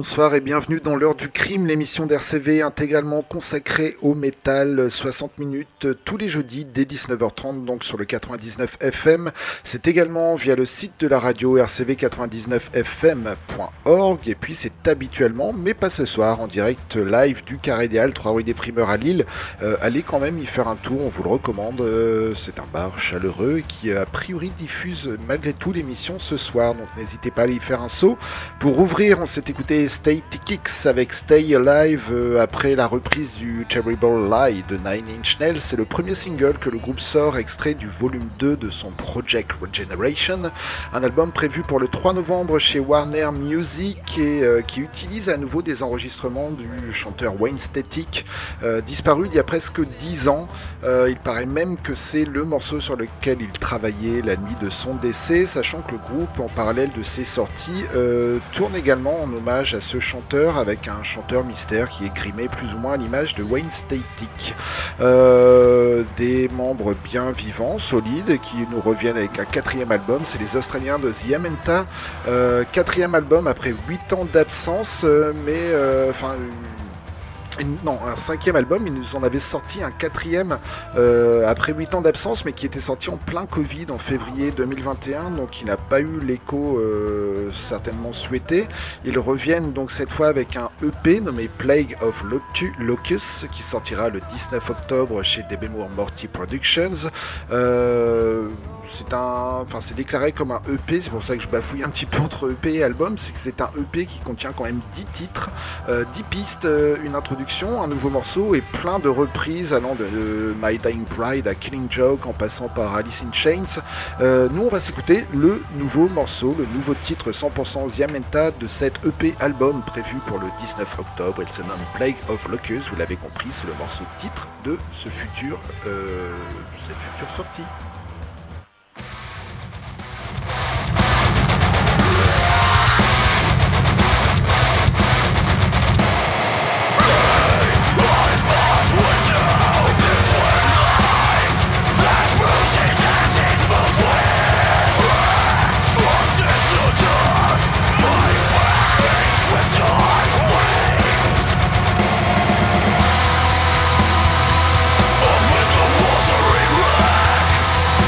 bonsoir et bienvenue dans l'heure du crime, l'émission d'RCV intégralement consacrée au métal, 60 minutes tous les jeudis dès 19h30, donc sur le 99 FM. C'est également via le site de la radio rcv99fm.org et puis c'est habituellement, mais pas ce soir, en direct live du Carré des Halles, 3 rue des Primeurs à Lille. Allez quand même y faire un tour, on vous le recommande, c'est un bar chaleureux qui a priori diffuse malgré tout l'émission ce soir, donc n'hésitez pas à aller y faire un saut. Pour ouvrir, on s'est écouté Stay Kicks avec Stay Alive après la reprise du Terrible Lie de Nine Inch Nails. C'est le premier single que le groupe sort, extrait du volume 2 de son Project Regeneration, un album prévu pour le 3 novembre chez Warner Music et qui utilise à nouveau des enregistrements du chanteur Wayne Static, disparu il y a presque 10 ans. Il paraît même que c'est le morceau sur lequel il travaillait la nuit de son décès, sachant que le groupe, en parallèle de ses sorties, tourne également en hommage à ce chanteur avec un chanteur mystère qui est grimé plus ou moins à l'image de Wayne Static. Des membres bien vivants, solides, qui nous reviennent avec un 4e album, c'est les Australiens de The Yamenta, 4e album après 8 ans d'absence, non, un 5e album, ils nous en avaient sorti un 4e après 8 ans d'absence, mais qui était sorti en plein Covid en février 2021, donc qui n'a pas eu l'écho certainement souhaité. Ils reviennent donc cette fois avec un EP nommé Plague of Locus, qui sortira le 19 octobre chez DB Morty Productions. C'est déclaré comme un EP, c'est pour ça que je bafouille un petit peu entre EP et album, c'est que c'est un EP qui contient quand même 10 titres, 10 pistes, une introduction, un nouveau morceau et plein de reprises allant de My Dying Bride à Killing Joke en passant par Alice in Chains. Nous on va s'écouter le nouveau morceau, le nouveau titre 100% Yamenta de cet EP album prévu pour le 19 octobre. Il se nomme Plague of Locus, vous l'avez compris, c'est le morceau titre de cette future sortie. With the watery wreck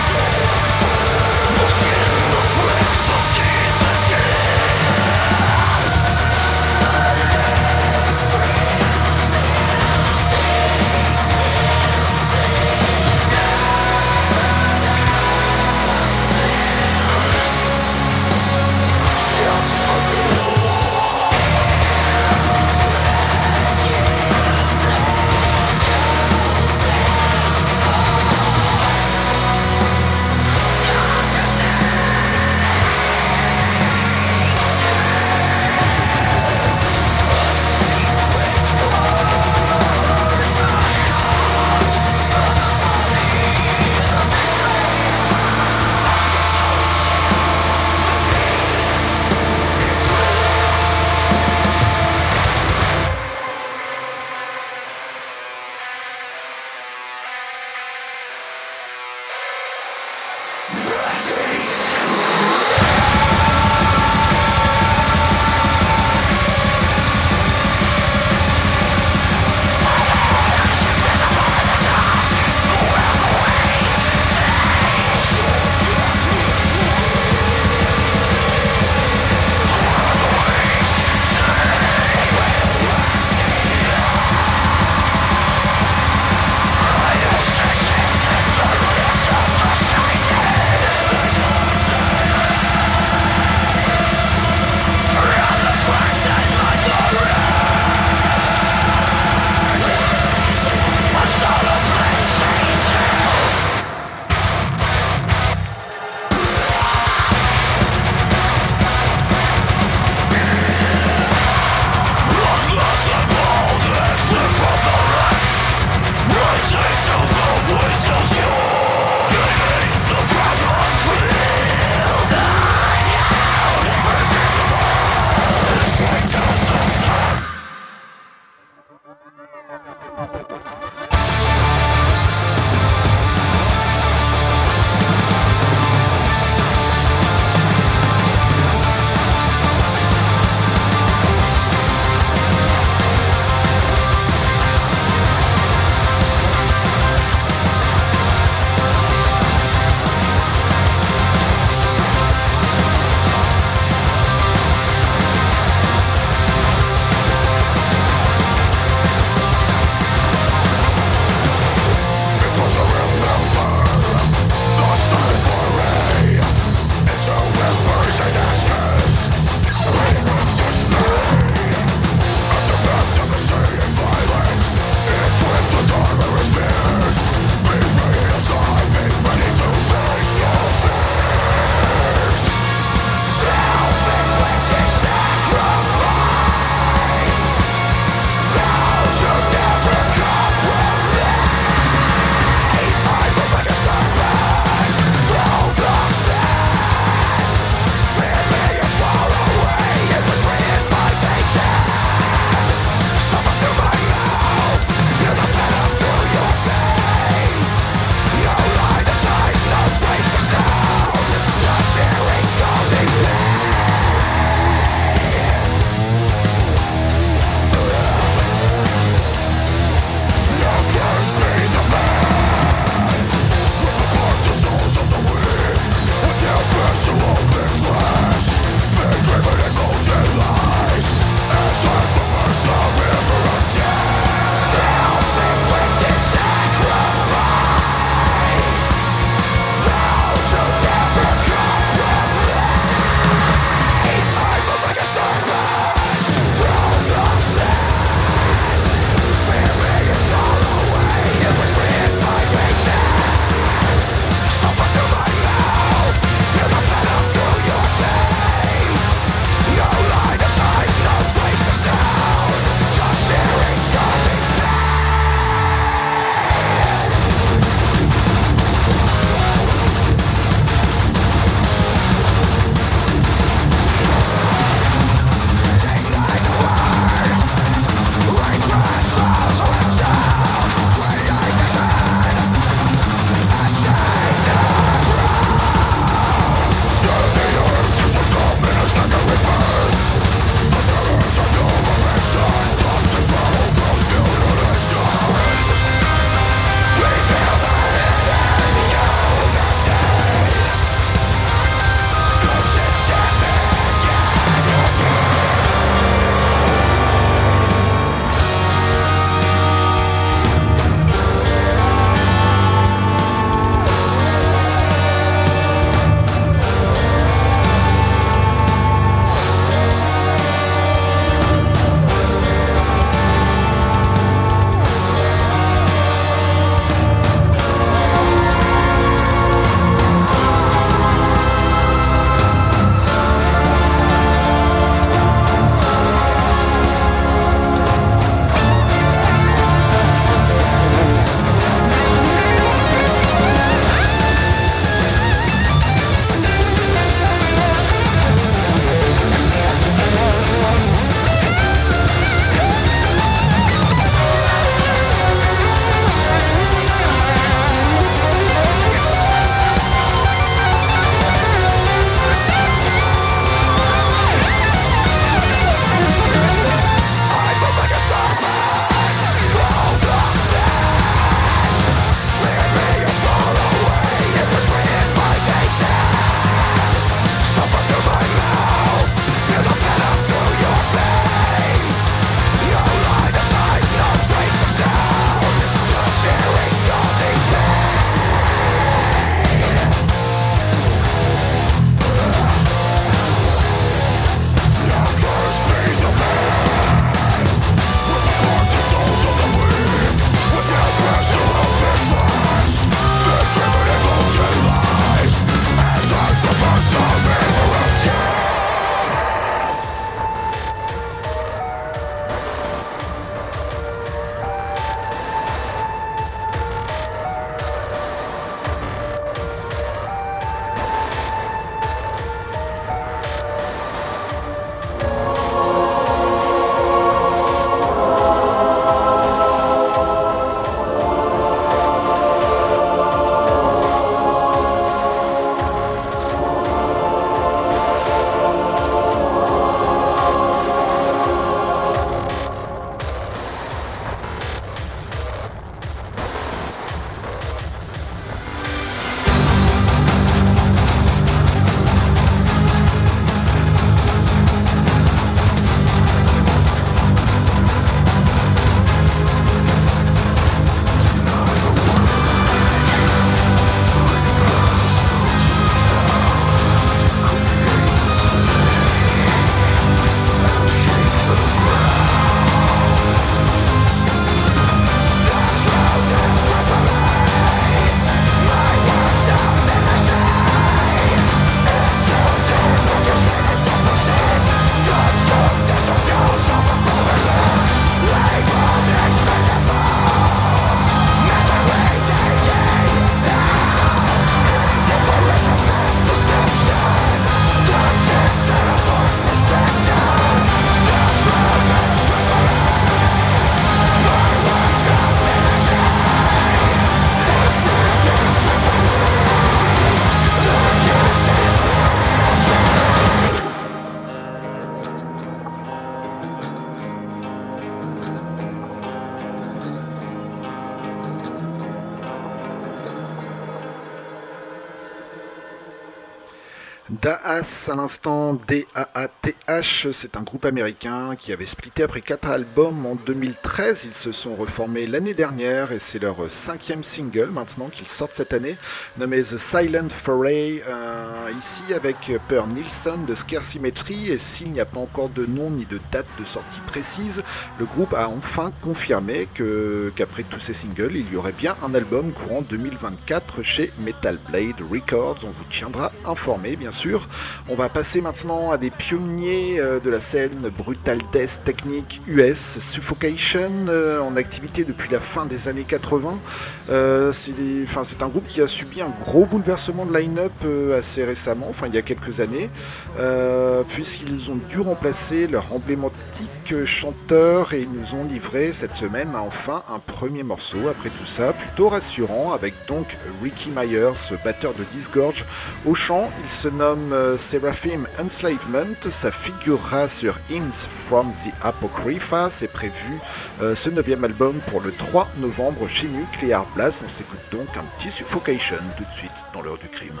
Daas à l'instant, D-A-A-T-H, c'est un groupe américain qui avait splitté après 4 albums en 2013. Ils se sont reformés l'année dernière et c'est leur 5e single maintenant qu'ils sortent cette année, nommé The Silent Foray, ici avec Per Nilsson de Scare Symmetry. Et s'il n'y a pas encore de nom ni de date de sortie précise, le groupe a enfin confirmé qu'après tous ces singles, il y aurait bien un album courant 2024 chez Metal Blade Records. On vous tiendra informé bien sûr. On va passer maintenant à des pionniers de la scène Brutal Death technique US, Suffocation, en activité depuis la fin des années 80. C'est un groupe qui a subi un gros bouleversement de line-up assez récemment, il y a quelques années, puisqu'ils ont dû remplacer leur emblématique chanteur et ils nous ont livré cette semaine enfin un premier morceau après tout ça, plutôt rassurant, avec donc Ricky Myers, batteur de Disgorge, au chant. Il se nomme Seraphim Enslavement, ça figurera sur Hymns from the Apocrypha. C'est prévu ce 9e album pour le 3 novembre chez Nuclear Blast. On s'écoute donc un petit Suffocation tout de suite dans l'heure du crime.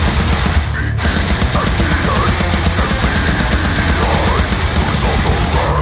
Begin at the end, and beyond. Who's on the line?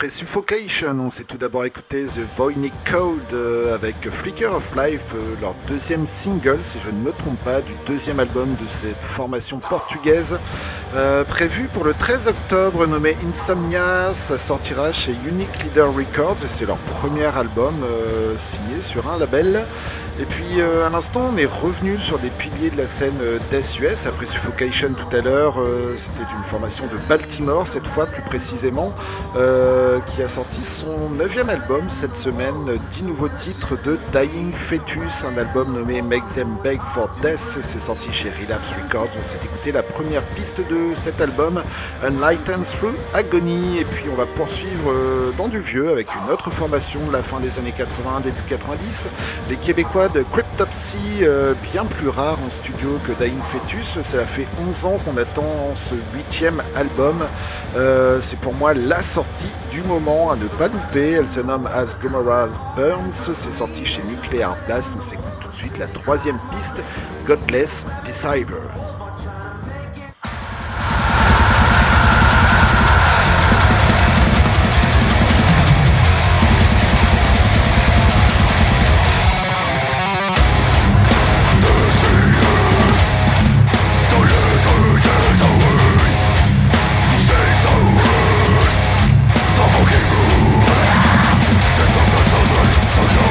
Après Suffocation, on s'est tout d'abord écouté The Voynich Code avec Flicker of Life, leur deuxième single, si je ne me trompe pas, du deuxième album de cette formation portugaise, prévu pour le 13 octobre, nommé Insomnia. Ça sortira chez Unique Leader Records et c'est leur premier album signé sur un label. Et puis à l'instant on est revenu sur des piliers de la scène Death US. Après Suffocation tout à l'heure, c'était une formation de Baltimore cette fois plus précisément, qui a sorti son 9e album cette semaine, 10 nouveaux titres de Dying Fetus, un album nommé Make Them Beg for Death, et c'est sorti chez Relapse Records. On s'est écouté la première piste de cet album, Unlightened Through Agony, et puis on va poursuivre dans du vieux avec une autre formation de la fin des années 80, début 90, les Québécois de Cryptopsy, bien plus rare en studio que Dying Fetus. Cela fait 11 ans qu'on attend ce 8e album. C'est pour moi la sortie du moment à ne pas louper. Elle se nomme As Gomorrah Burns. C'est sorti chez Nuclear Blast. On s'écoute tout de suite la 3e piste, Godless Deceiver.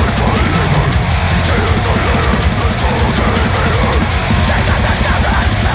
Take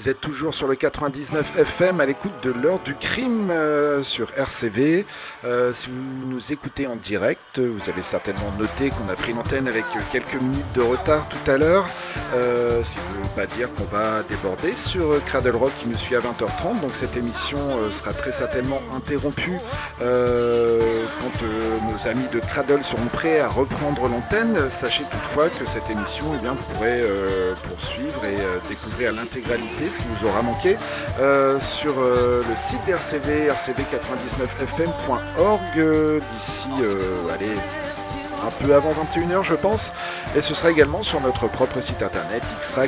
Vous êtes toujours sur le 99 FM à l'écoute de l'heure du crime sur RCV. Si vous nous écoutez en direct, vous avez certainement noté qu'on a pris l'antenne avec quelques minutes de retard tout à l'heure. Ce qui ne veut pas dire qu'on va déborder sur Cradle Rock qui nous suit à 20h30. Donc cette émission sera très certainement interrompue quand nos amis de Cradle seront prêts à reprendre l'antenne. Sachez toutefois que cette émission, eh bien, vous pourrez poursuivre et découvrir l'intégralité ce qui vous aura manqué sur le site d'RCV, rcv99fm.org d'ici, un peu avant 21h je pense, et ce sera également sur notre propre site internet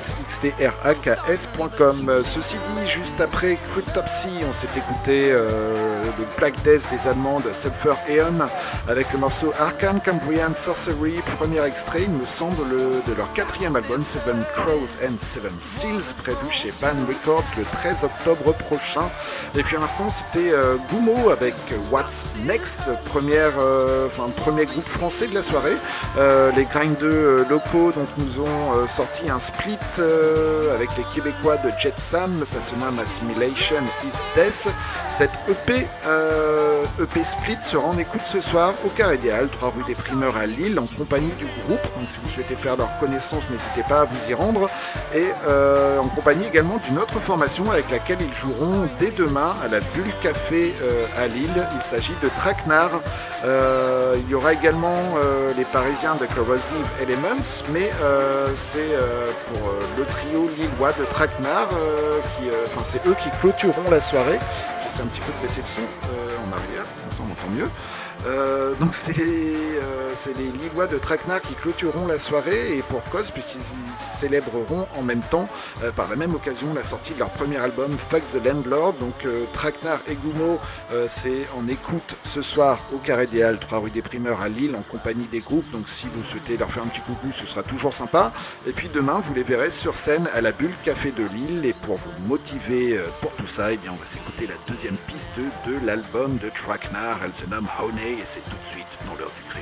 xtrax.com. Ceci dit, juste après Cryptopsy, on s'est écouté le Black Death des Allemands de Sulfur Aeon avec le morceau Arcane Cambrian Sorcery, premier extrait il me semble de leur 4e album Seven Crows and Seven Seals, prévu chez Ban Records le 13 octobre prochain. Et puis à l'instant c'était Goumo avec What's Next, premier groupe français de la soirée. Les grindeux locaux donc, nous ont sorti un split avec les Québécois de Jet Sam, ça se nomme Assimilation is Death. Cette EP split sera en écoute ce soir au Carré des Halles, 3 rue des Primeurs à Lille, en compagnie du groupe. Donc si vous souhaitez faire leur connaissance, n'hésitez pas à vous y rendre. Et en compagnie également d'une autre formation avec laquelle ils joueront dès demain à la Bulle Café à Lille. Il s'agit de Traquenard. Il y aura également les Parisiens de Corrosive Elements, mais c'est pour le trio lillois de Traquenard, c'est eux qui clôtureront la soirée. J'essaie un petit peu de baisser le son en arrière, on m'entend mieux. Donc c'est les Lillois de Traquenard qui clôtureront la soirée, et pour cause, puisqu'ils célébreront en même temps, par la même occasion, la sortie de leur premier album Fuck the Landlord. Donc Traquenard et Goumo, c'est en écoute ce soir au Carré des Halles, 3 rue des Primeurs à Lille, en compagnie des groupes. Donc si vous souhaitez leur faire un petit coucou, ce sera toujours sympa. Et puis demain, vous les verrez sur scène à la Bulle Café de Lille. Et pour vous motiver pour tout ça, eh bien, on va s'écouter la deuxième piste de l'album de Traquenard. Elle se nomme Honey, et c'est tout de suite dans l'heure du crime.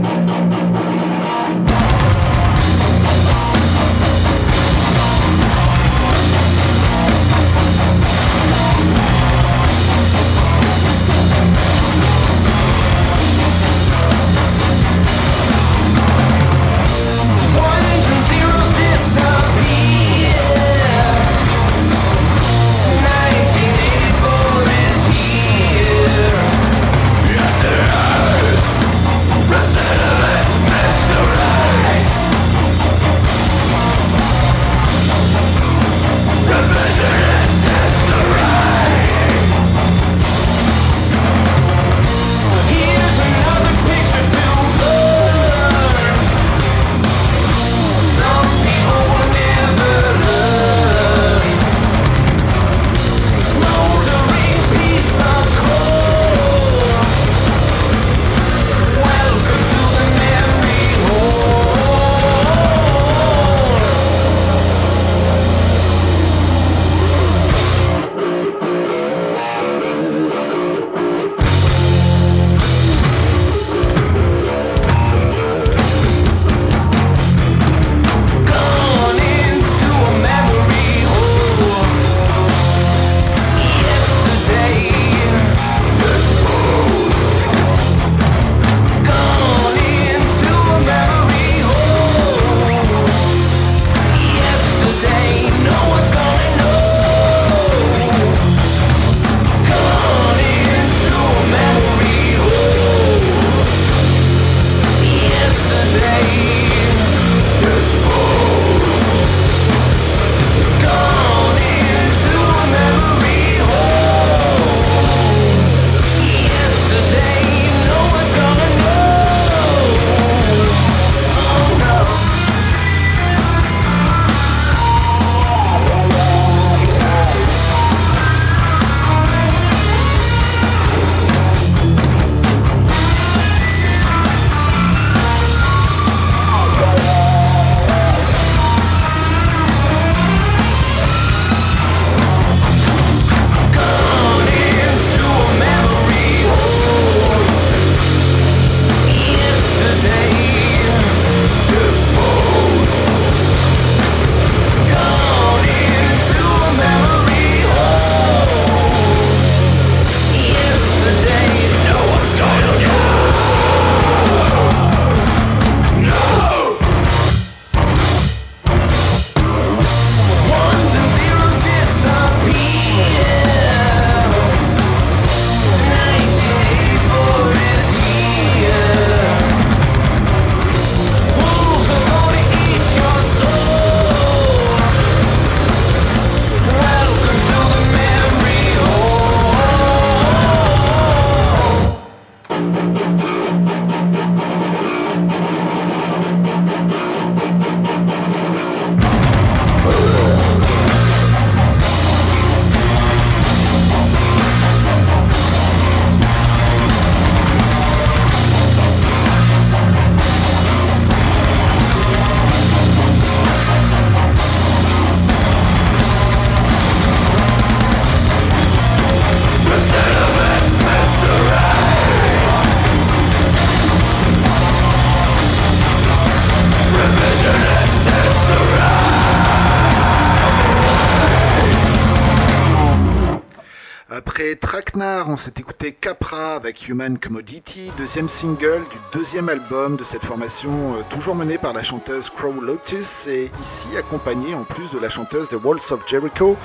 Après Traquenard, on s'est écouté Capra avec Human Commodity, deuxième single du deuxième album de cette formation, toujours menée par la chanteuse Crow Lotus et ici accompagnée en plus de la chanteuse The Walls of Jericho.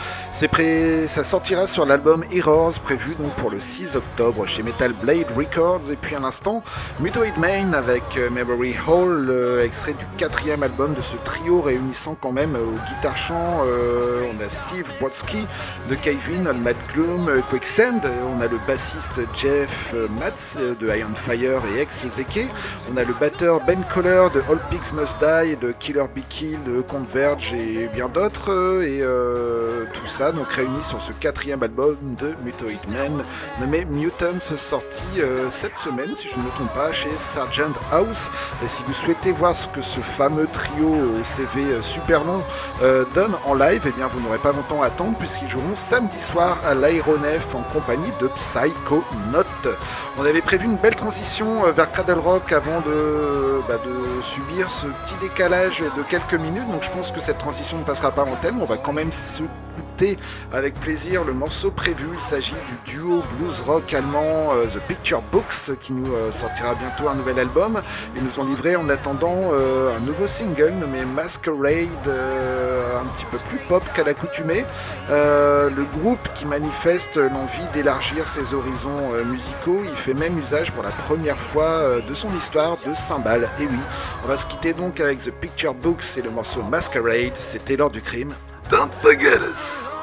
Ça sortira sur l'album Errors, prévu donc pour le 6 octobre chez Metal Blade Records. Et puis à l'instant, Mutoid Man avec Memory Hall, extrait du quatrième album de ce trio réunissant quand même au guitare-chant. On a Steve Brodsky de Kevin, All Mad Gloom, Quicksand. On a le bassiste Jeff Matz de Iron Fire et ex-Zeke. On a le batteur Ben Coller de All Pigs Must Die, de Killer Be Killed, de Converge et bien d'autres. Et tout ça donc réuni sur ce quatrième album de Mutoid Man nommé Mutants, sorti cette semaine si je ne me trompe pas chez Sargent House. Et si vous souhaitez voir ce que ce fameux trio au CV super long donne en live, eh bien vous n'aurez pas longtemps à attendre puisqu'ils joueront samedi soir à l'Aéronef en compagnie compagnie de Psychonaut. On avait prévu une belle transition vers Cradle Rock avant de subir ce petit décalage de quelques minutes, donc je pense que cette transition ne passera pas en thème. On va quand même s'écouter avec plaisir le morceau prévu. Il s'agit du duo blues rock allemand The Picture Books qui nous sortira bientôt un nouvel album. Ils nous ont livré en attendant un nouveau single nommé Masquerade, un petit peu plus pop qu'à l'accoutumée. Le groupe qui manifeste l'envie d'élargir ses horizons musicaux, il fait même usage pour la première fois de son histoire de cymbales. Et oui, on va se quitter donc avec The Picture Books et le morceau Masquerade. C'était l'heure du crime. Don't forget us!